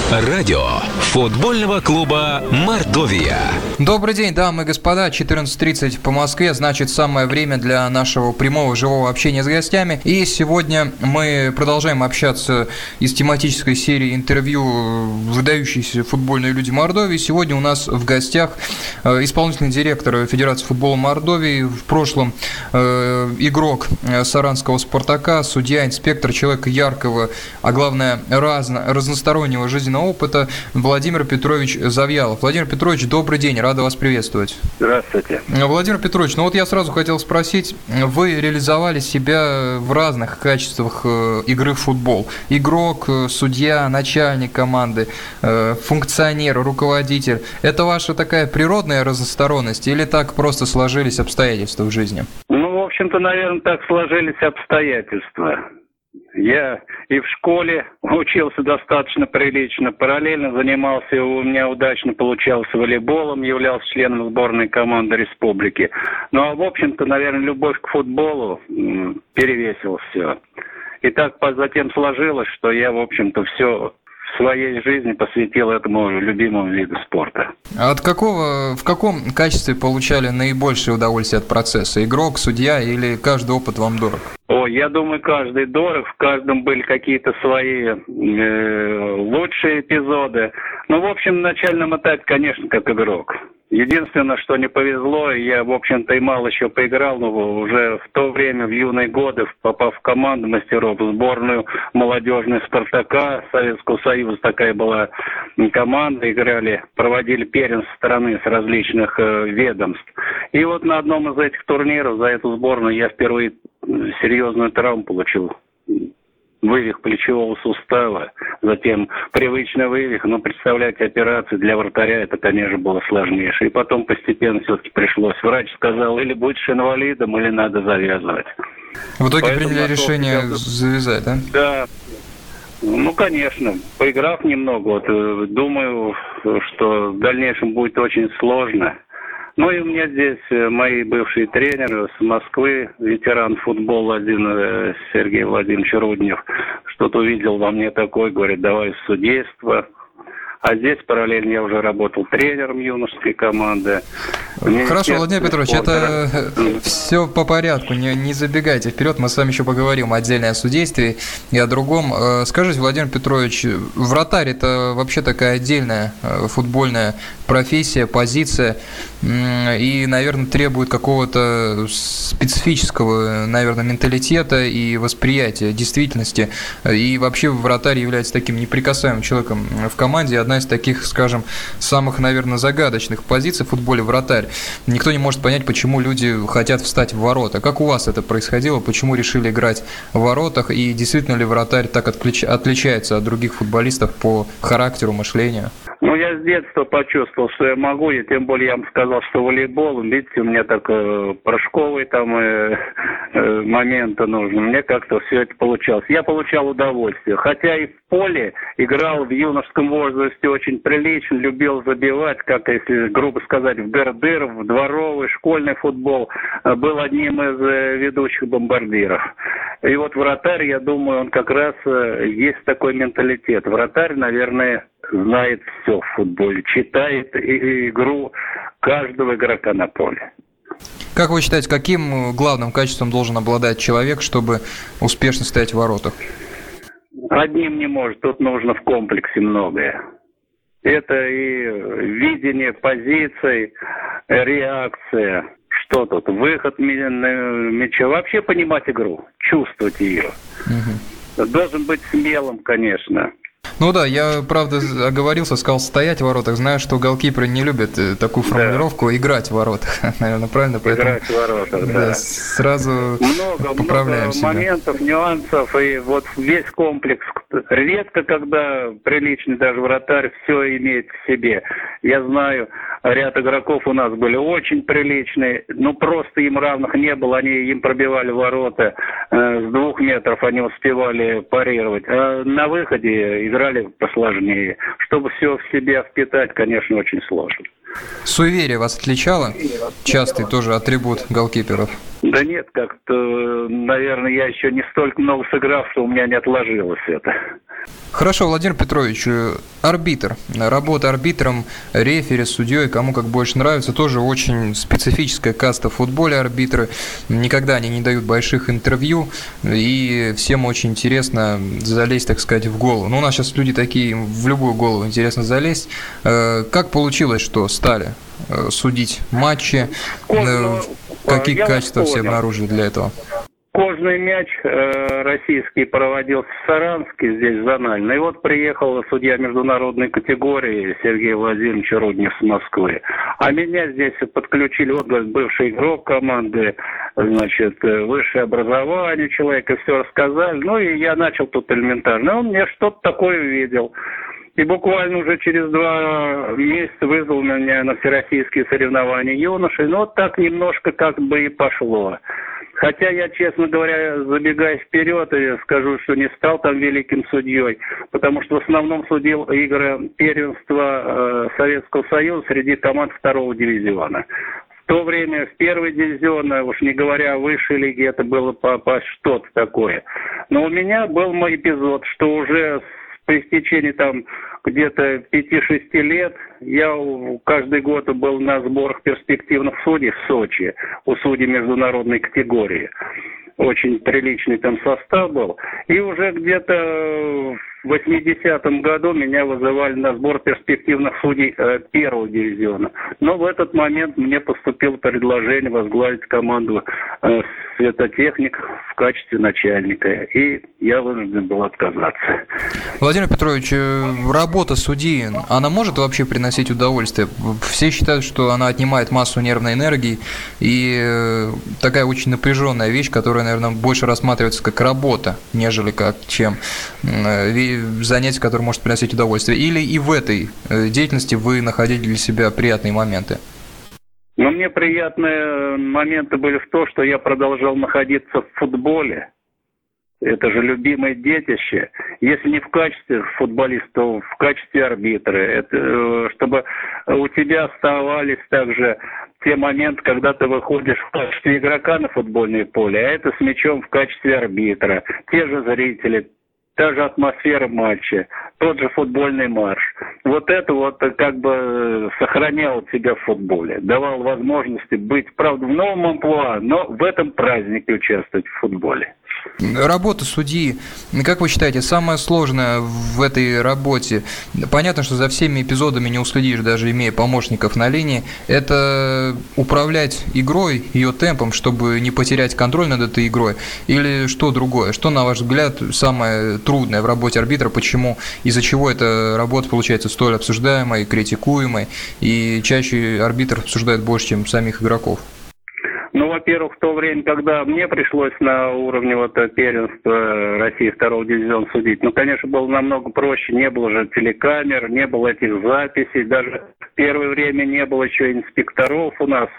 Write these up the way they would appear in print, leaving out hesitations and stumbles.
Радио футбольного клуба «Мордовия». Добрый день, дамы и господа. 14:30 по Москве, значит, самое время для нашего прямого живого общения с гостями. И сегодня мы продолжаем общаться из тематической серии интервью «Выдающиеся футбольные люди Мордовии». Сегодня у нас в гостях исполнительный директор Федерации футбола Мордовии, в прошлом игрок саранского «Спартака», судья, инспектор, человек яркого, а главное разностороннего жизненного опыта Владимир Петрович Завьялов. Владимир Петрович, добрый день, рада вас приветствовать. Здравствуйте. Владимир Петрович, ну вот я сразу хотел спросить, вы реализовали себя в разных качествах игры в футбол. Игрок, судья, начальник команды, функционер, руководитель. Это ваша такая природная разносторонность или так просто сложились обстоятельства в жизни? Ну, в общем-то, наверное, так сложились обстоятельства. Я и в школе учился достаточно прилично, параллельно занимался, у меня удачно получался волейболом, являлся членом сборной команды республики. Ну, а в общем-то, наверное, любовь к футболу перевесила все. И так затем сложилось, что я, в общем-то, все в своей жизни посвятил этому любимому виду спорта. А в каком качестве получали наибольшее удовольствие от процесса? Игрок, судья или каждый опыт вам дорог? Я думаю, каждый дорог, в каждом были какие-то свои лучшие эпизоды. Ну, в общем, на начальном этапе, конечно, как игрок. Единственное, что не повезло, я, в общем-то, и мало еще поиграл, но уже в то время, в юные годы, попав в команду мастеров, в сборную молодежную «Спартака» Советского Союза, такая была команда, играли, проводили первенство страны с различных ведомств. И вот на одном из этих турниров за эту сборную я впервые серьезную травму получил. Вывих плечевого сустава, затем привычный вывих, но представляете, операцию для вратаря это, конечно, было сложнейшее. И потом постепенно все-таки пришлось. Врач сказал, или будешь инвалидом, или надо завязывать. В итоге приняли решение завязать, да? Да. Ну, конечно. Поиграв немного, думаю, что в дальнейшем будет очень сложно. Ну и у меня здесь мои бывшие тренеры с Москвы, ветеран футбола один Сергей Владимирович Руднев, что-то увидел во мне такое, говорит, давай в судейство. А здесь параллельно я уже работал тренером юношеской команды. Хорошо, Владимир Петрович, это все по порядку, не забегайте вперед, мы с вами еще поговорим отдельно о судействе и о другом. Скажите, Владимир Петрович, вратарь – это вообще такая отдельная футбольная профессия, позиция, и, наверное, требует какого-то специфического, наверное, менталитета и восприятия действительности. И вообще вратарь является таким неприкасаемым человеком в команде. Одна из таких, скажем, самых, наверное, загадочных позиций в футболе – вратарь. Никто не может понять, почему люди хотят встать в ворота. Как у вас это происходило? Почему решили играть в воротах? И действительно ли вратарь так отличается от других футболистов по характеру, мышлению? Ну, я с детства почувствовал, что я могу, и тем более я вам сказал, что волейбол, видите, у меня так прыжковые там моменты нужны. Мне как-то все это получалось. Я получал удовольствие. Хотя и в поле играл в юношеском возрасте очень прилично, любил забивать, как, если грубо сказать, в ГРДР, в дворовый, школьный футбол. Был одним из ведущих бомбардиров. И вот вратарь, я думаю, он как раз есть такой менталитет. Вратарь, наверное, знает все в футболе, читает игру каждого игрока на поле. Как вы считаете, каким главным качеством должен обладать человек, чтобы успешно стоять в воротах? Одним не может, тут нужно в комплексе многое. Это и видение позиций, реакция. Что тут? Выход мяча. Вообще понимать игру, чувствовать ее. Должен быть смелым, конечно. Ну да, я, правда, оговорился, сказал стоять в воротах. Знаю, что голкиперы не любят такую формулировку играть в воротах. Наверное, правильно? Поэтому, играть в воротах, да. Сразу поправляем себя. Много моментов, нюансов, и вот весь комплекс. Редко, когда приличный даже вратарь все имеет в себе. Я знаю, ряд игроков у нас были очень приличные, ну просто им равных не было, им пробивали ворота с 2 метров, они успевали парировать. А на выходе играли посложнее. Чтобы все в себя впитать, конечно, очень сложно. Суеверие вас отличало? Частый тоже атрибут голкиперов. Да нет, как-то, наверное, я еще не столько много сыграл, что у меня не отложилось это. Хорошо, Владимир Петрович, арбитр. Работа арбитром, рефери, судьей, кому как больше нравится, тоже очень специфическая каста в футболе арбитры. Никогда они не дают больших интервью, и всем очень интересно залезть, так сказать, в голову. Ну, у нас сейчас люди такие, в любую голову интересно залезть. Как получилось, что стали судить матчи? Какие качества все обнаружили для этого? Кожный мяч российский проводился в Саранске, здесь зонально. И вот приехал судья международной категории Сергей Владимирович Руднев с Москвы. А меня здесь подключили, вот бывший игрок команды, значит, высшее образование человека, все рассказали. Ну и я начал тут элементарно. Он мне что-то такое увидел. И буквально уже через 2 месяца вызвал меня на всероссийские соревнования юношей. Ну вот так немножко как бы и пошло. Хотя я, честно говоря, забегая вперед, скажу, что не стал там великим судьей, потому что в основном судил игры первенства Советского Союза среди команд 2-го дивизиона. В то время в 1-й дивизион, уж не говоря о высшей лиге, это было по что-то такое. Но у меня был мой эпизод, что уже по истечении там где-то 5-6 лет я каждый год был на сборах перспективных судей в Сочи, у судей международной категории. Очень приличный там состав был. И уже где-то в 80-м году меня вызывали на сбор перспективных судей 1-го дивизиона. Но в этот момент мне поступило предложение возглавить команду «Светотехник» в качестве начальника. И я вынужден был отказаться. Владимир Петрович, работа судьи, она может вообще приносить удовольствие? Все считают, что она отнимает массу нервной энергии и такая очень напряженная вещь, которая, наверное, больше рассматривается как работа, нежели как чем занятие, которое может приносить удовольствие. Или и в этой деятельности вы находили для себя приятные моменты? Но мне приятные моменты были в том, что я продолжал находиться в футболе. Это же любимое детище. Если не в качестве футболиста, то в качестве арбитра. Это, чтобы у тебя оставались также те моменты, когда ты выходишь в качестве игрока на футбольное поле, а это с мячом в качестве арбитра. Те же зрители, та же атмосфера матча, тот же футбольный марш. Вот это вот как бы сохраняло тебя в футболе, давал возможности быть, правда, в новом амплуа, но в этом празднике участвовать в футболе. Работа судьи, как вы считаете, самое сложное в этой работе? Понятно, что за всеми эпизодами не уследишь, даже имея помощников на линии. Это управлять игрой, ее темпом, чтобы не потерять контроль над этой игрой? Или что другое? Что, на ваш взгляд, самое трудное в работе арбитра? Почему, из-за чего эта работа получается столь обсуждаемой, критикуемой? И чаще арбитр обсуждает больше, чем самих игроков? Ну, во-первых, в то время, когда мне пришлось на уровне первенства России 2-го дивизиона судить, конечно, было намного проще. Не было же телекамер, не было этих записей. Даже в первое время не было еще инспекторов у нас.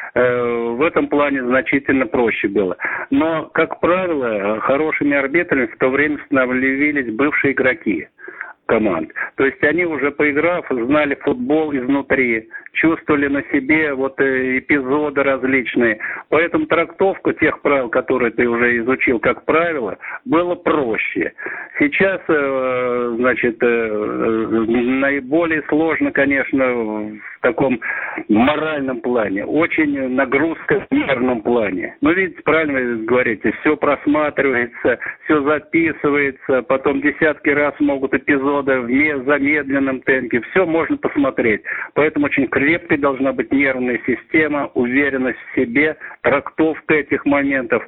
В этом плане значительно проще было. Но, как правило, хорошими арбитрами в то время становились бывшие игроки команд. То есть они уже поиграв, знали футбол изнутри, чувствовали на себе эпизоды различные. Поэтому трактовка тех правил, которые ты уже изучил как правило, было проще. Сейчас, наиболее сложно, конечно, в таком моральном плане. Очень нагрузка в нервном плане. Видите, правильно вы говорите, все просматривается, все записывается, потом десятки раз могут эпизоды в замедленном темпе. Все можно посмотреть. Поэтому очень крепкой должна быть нервная система, уверенность в себе, трактовка этих моментов.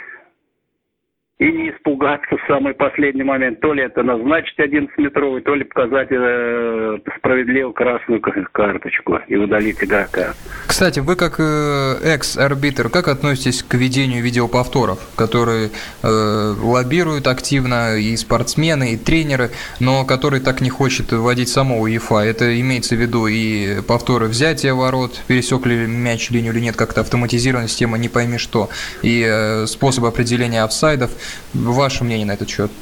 И не испугаться в самый последний момент. То ли это назначить 11-метровый, то ли показать справедливо красную карточку и удалить игрока. Кстати, вы как экс-арбитр, как относитесь к ведению видеоповторов, которые лоббируют активно и спортсмены, и тренеры, но которые так не хочет вводить само УЕФА? Это имеется в виду и повторы взятия ворот, пересек ли мяч линию или нет, как-то автоматизированная система, не пойми что, и способ определения офсайдов. Ваше мнение на этот счет?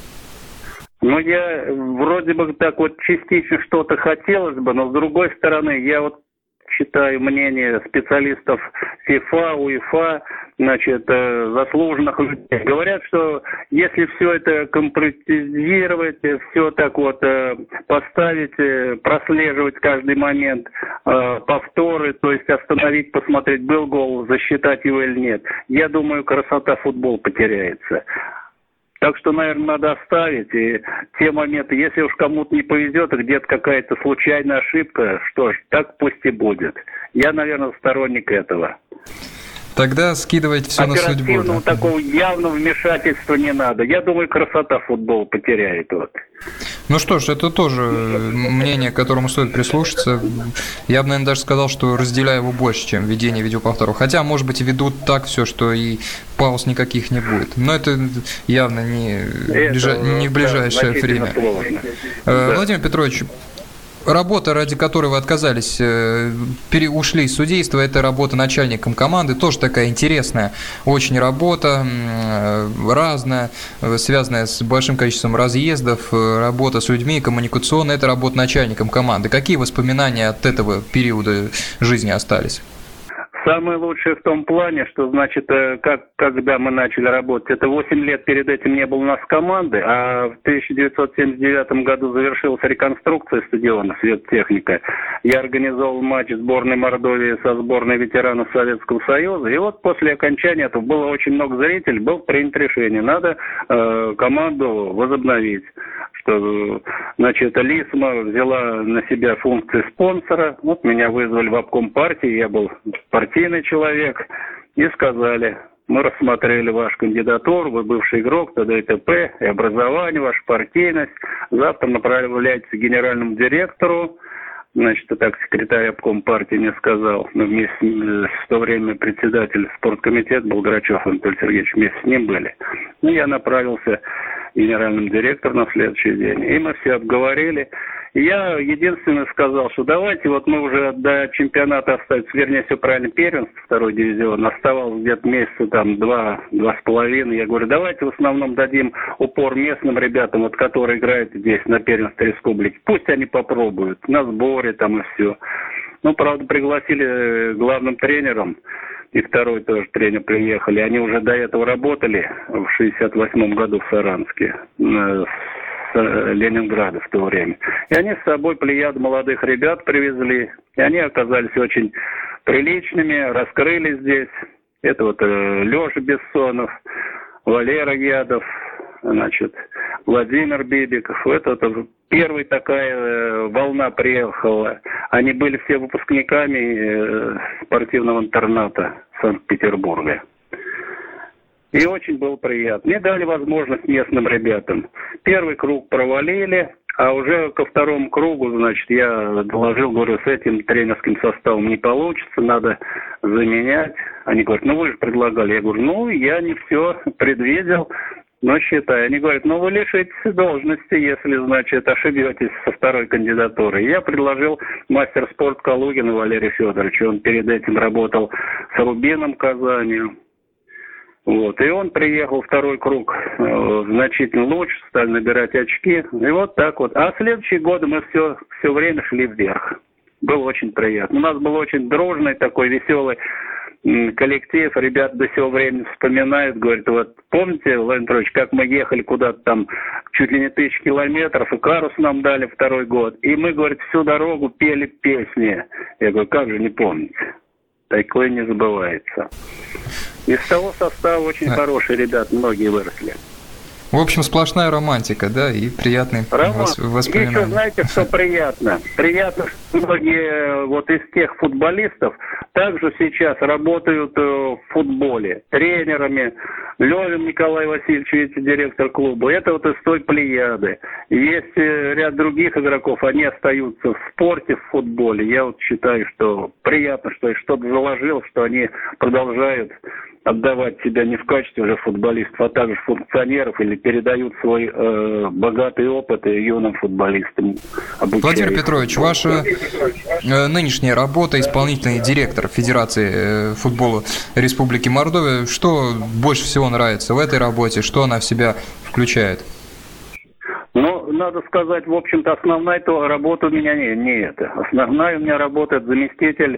Я вроде бы так частично что-то хотелось бы, но с другой стороны, я читаю мнение специалистов ФИФА, УЕФА, заслуженных людей. Говорят, что если все это компьютеризировать, все так вот поставить, прослеживать каждый момент, повторы, то есть остановить, посмотреть, был гол, засчитать его или нет, я думаю, красота футбола потеряется. Так что, наверное, надо оставить. И те моменты, если уж кому-то не повезет, и где-то какая-то случайная ошибка, что ж, так пусть и будет. Я, наверное, сторонник этого. Тогда скидывать все на судьбу. Оперативного такого явного вмешательства не надо. Я думаю, красота футбола потеряет. Вот. Ну что ж, это тоже мнение, к которому стоит прислушаться. Я бы, наверное, даже сказал, что разделяю его больше, чем ведение видеоповторов. Хотя, может быть, ведут так все, что и пауз никаких не будет. Но это явно не в ближайшее время. Владимир Петрович, работа, ради которой вы отказались, ушли из судейства, это работа начальником команды, тоже такая интересная очень работа, разная, связанная с большим количеством разъездов, работа с людьми, коммуникационная, это работа начальником команды. Какие воспоминания от этого периода жизни остались? Самое лучшее в том плане, что, значит, когда мы начали работать, это 8 лет перед этим не было у нас команды, а в 1979 году завершилась реконструкция стадиона «Светтехника». Я организовал матч сборной Мордовии со сборной ветеранов Советского Союза, и вот после окончания этого было очень много зрителей, было принято решение, надо команду возобновить. Что, значит, Лисма взяла на себя функции спонсора. Вот меня вызвали в обком партии, я был партийный человек, и сказали: мы рассмотрели вашу кандидатуру, вы бывший игрок, т.д. и т.п., и образование, ваша партийность. Завтра направляйтесь к генеральному директору. Значит, так секретарь обком партии мне сказал, мы вместе, в то время председатель спорткомитета был Грачев Анатолий Сергеевич, вместе с ним были. Ну, я направился генеральным директором на следующий день. И мы все обговорили. И я единственное сказал, что давайте, вот мы уже до чемпионата остались, вернее, все правильно, первенство, второй дивизион, оставалось где-то месяца там 2-2,5. Я говорю, давайте в основном дадим упор местным ребятам, вот которые играют здесь на первенстве республики. Пусть они попробуют на сборе там и все. Ну, правда, пригласили главным тренером, и второй тоже тренер приехали. Они уже до этого работали в 68 году в Саранске, с Ленинграда в то время. И они с собой плеяду молодых ребят привезли. И они оказались очень приличными, раскрылись здесь. Это вот Леша Бессонов, Валера Ядов, значит, Владимир Бибиков. Это первая такая волна приехала. Они были все выпускниками спортивного интерната Санкт-Петербурга. И очень было приятно. Мне дали возможность местным ребятам. Первый круг провалили, а уже ко второму кругу, значит, я доложил, говорю, с этим тренерским составом не получится, надо заменять. Они говорят, ну вы же предлагали. Я говорю, ну я не все предвидел, но считаю. Они говорят, ну вы лишитесь должности, если, значит, ошибетесь со второй кандидатурой. Я предложил мастер спорта Калугина Валерию Федоровичу. Он перед этим работал с Рубином Казани. Вот. И он приехал, второй круг значительно лучше, стали набирать очки. И вот так вот. А следующие годы мы все время шли вверх. Было очень приятно. У нас был очень дружный, такой веселый коллектив. Ребята до сего времени вспоминают, говорят, вот помните, Владимир Петрович, как мы ехали куда-то там чуть ли не 1000 километров, и карус нам дали второй год. И мы, говорит, всю дорогу пели песни. Я говорю, как же не помните? Такое не забывается. Из того состава очень хорошие ребята, многие выросли. В общем, сплошная романтика, да, и приятные воспоминания. Еще знаете, что приятно? Приятно, что многие вот из тех футболистов также сейчас работают в футболе тренерами. Левин Николай Васильевич, видите, директор клуба. Это вот из той плеяды. Есть ряд других игроков, они остаются в спорте, в футболе. Я вот считаю, что приятно, что их что-то заложил, что они продолжают отдавать себя не в качестве уже футболистов, а также функционеров, или передают свой богатый опыт юным футболистам. Владимир Петрович, ваша нынешняя работа, исполнительный директор Федерации футбола Республики Мордовия, что больше всего нравится в этой работе, что она в себя включает? Но, надо сказать, в общем-то, основная работа у меня не это. Основная у меня работает заместитель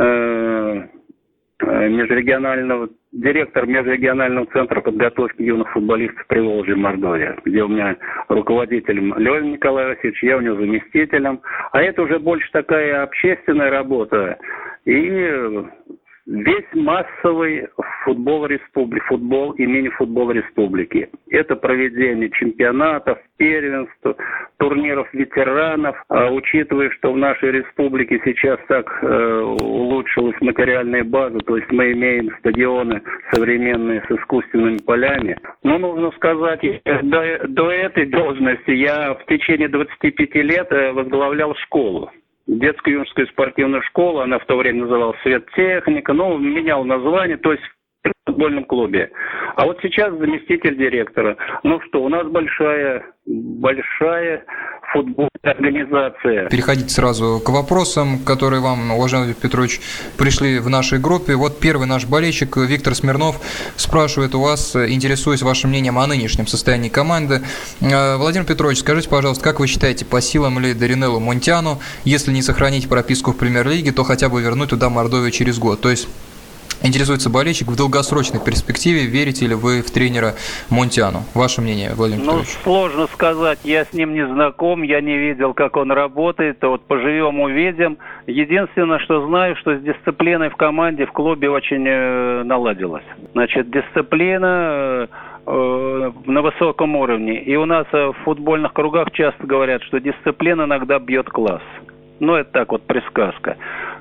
директор межрегионального центра подготовки юных футболистов Приволжья, Мордовия, где у меня руководителем Лёва Николай Васильевич, я у него заместителем. А это уже больше такая общественная работа. И весь массовый футбол республики, футбол и мини-футбол республики. Это проведение чемпионатов, первенств, турниров ветеранов. А учитывая, что в нашей республике сейчас так улучшилась материальная база, то есть мы имеем стадионы современные с искусственными полями. Но нужно сказать, до этой должности я в течение 25 лет возглавлял школу. Детско-юношескую спортивную школу, она в то время называлась «Светтехника», менял название, то есть в футбольном клубе. А вот сейчас заместитель директора. Ну что, у нас большая футбольная организация. Переходить сразу к вопросам, которые вам, уважаемый Владимир Петрович, пришли в нашей группе. Вот первый наш болельщик Виктор Смирнов спрашивает у вас, интересуясь вашим мнением о нынешнем состоянии команды. Владимир Петрович, скажите, пожалуйста, как вы считаете, по силам ли Даринеллу Монтяну, если не сохранить прописку в премьер-лиге, то хотя бы вернуть туда Мордовию через год? То есть интересуется болельщик, в долгосрочной перспективе верите ли вы в тренера Монтяну? Ваше мнение, Владимир Петрович? Сложно сказать, я с ним не знаком, я не видел, как он работает, вот поживем, увидим. Единственное, что знаю, что с дисциплиной в команде, в клубе очень наладилась. Значит, дисциплина на высоком уровне. И у нас в футбольных кругах часто говорят, что дисциплина иногда бьет класс. Это так вот присказка.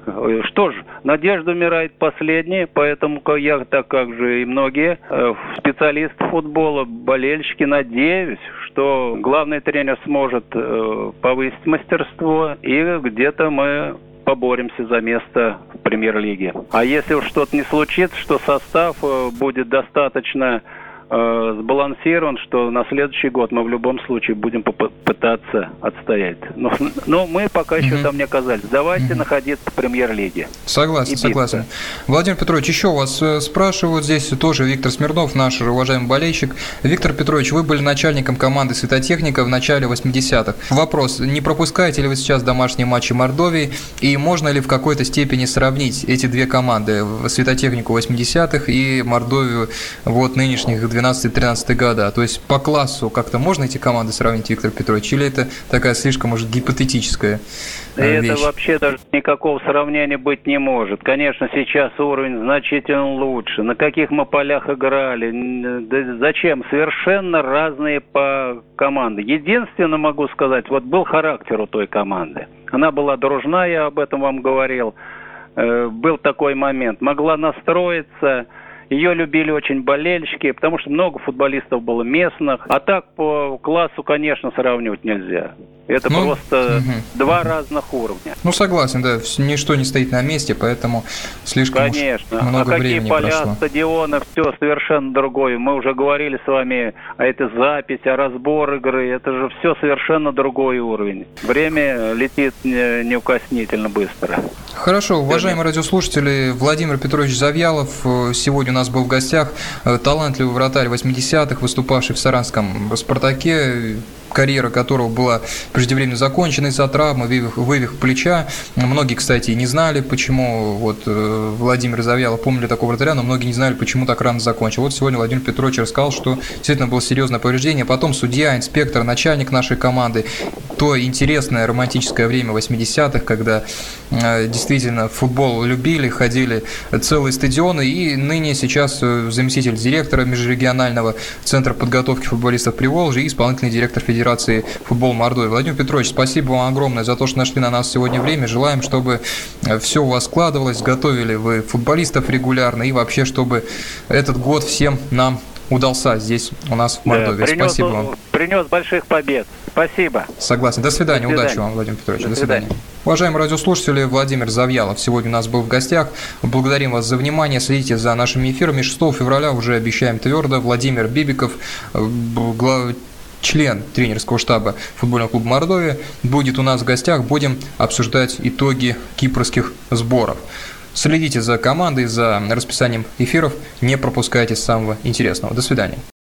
Что ж, надежда умирает последней, поэтому я, так как же и многие специалисты футбола, болельщики, надеюсь, что главный тренер сможет повысить мастерство, и где-то мы поборемся за место в премьер-лиге. А если уж что-то не случится, что состав будет достаточно сбалансирован, что на следующий год мы в любом случае будем пытаться отстоять. Но мы пока еще там не оказались. Давайте находиться в премьер-лиге. Согласен. Владимир Петрович, еще вас спрашивают здесь тоже Виктор Смирнов, наш уважаемый болельщик. Виктор Петрович, вы были начальником команды «Светотехника» в начале 80-х. Вопрос, не пропускаете ли вы сейчас домашние матчи Мордовии, и можно ли в какой-то степени сравнить эти две команды, «Светотехнику» 80-х и Мордовию нынешних 12-13 года? То есть по классу как-то можно эти команды сравнить, Виктор Петрович, или это такая слишком, может, гипотетическая вещь? Это вообще даже никакого сравнения быть не может. Конечно, сейчас уровень значительно лучше. На каких мы полях играли? Да зачем? Совершенно разные по команды. Единственное могу сказать, был характер у той команды. Она была дружна, я об этом вам говорил. Был такой момент. Могла настроиться. Ее любили очень болельщики, потому что много футболистов было местных. А так по классу, конечно, сравнивать нельзя. Это просто два разных уровня. Согласен, да. Ничто не стоит на месте, поэтому слишком много времени прошло. Какие поля, стадионы, все совершенно другое. Мы уже говорили с вами о этой записи, о разбор игры. Это же все совершенно другой уровень. Время летит неукоснительно быстро. Хорошо, уважаемые радиослушатели, Владимир Петрович Завьялов сегодня у нас был в гостях, талантливый вратарь 80-х, выступавший в саранском «Спартаке», карьера которого была преждевременно закончена из-за травмы, вывих плеча. Многие, кстати, не знали, почему Владимир Завьялов, помнили такого вратаря, но многие не знали, почему так рано закончил. Сегодня Владимир Петрович рассказал, что действительно было серьезное повреждение. Потом судья, инспектор, начальник нашей команды. То интересное романтическое время 80-х, когда действительно футбол любили, ходили целые стадионы. И ныне сейчас заместитель директора межрегионального центра подготовки футболистов Приволжья и исполнительный директор Федерации футбола Мордовии. Владимир Петрович, спасибо вам огромное за то, что нашли на нас сегодня время. Желаем, чтобы все у вас складывалось, готовили вы футболистов регулярно и вообще, чтобы этот год всем нам удался здесь у нас в Мордовии. Спасибо вам. Принес больших побед. Спасибо. Согласен. До свидания. Удачи вам, Владимир Петрович. До свидания. Уважаемые радиослушатели, Владимир Завьялов сегодня у нас был в гостях. Благодарим вас за внимание. Следите за нашими эфирами. 6 февраля уже обещаем твердо. Владимир Бибиков, член тренерского штаба футбольного клуба «Мордовия», будет у нас в гостях. Будем обсуждать итоги кипрских сборов. Следите за командой, за расписанием эфиров. Не пропускайте самого интересного. До свидания.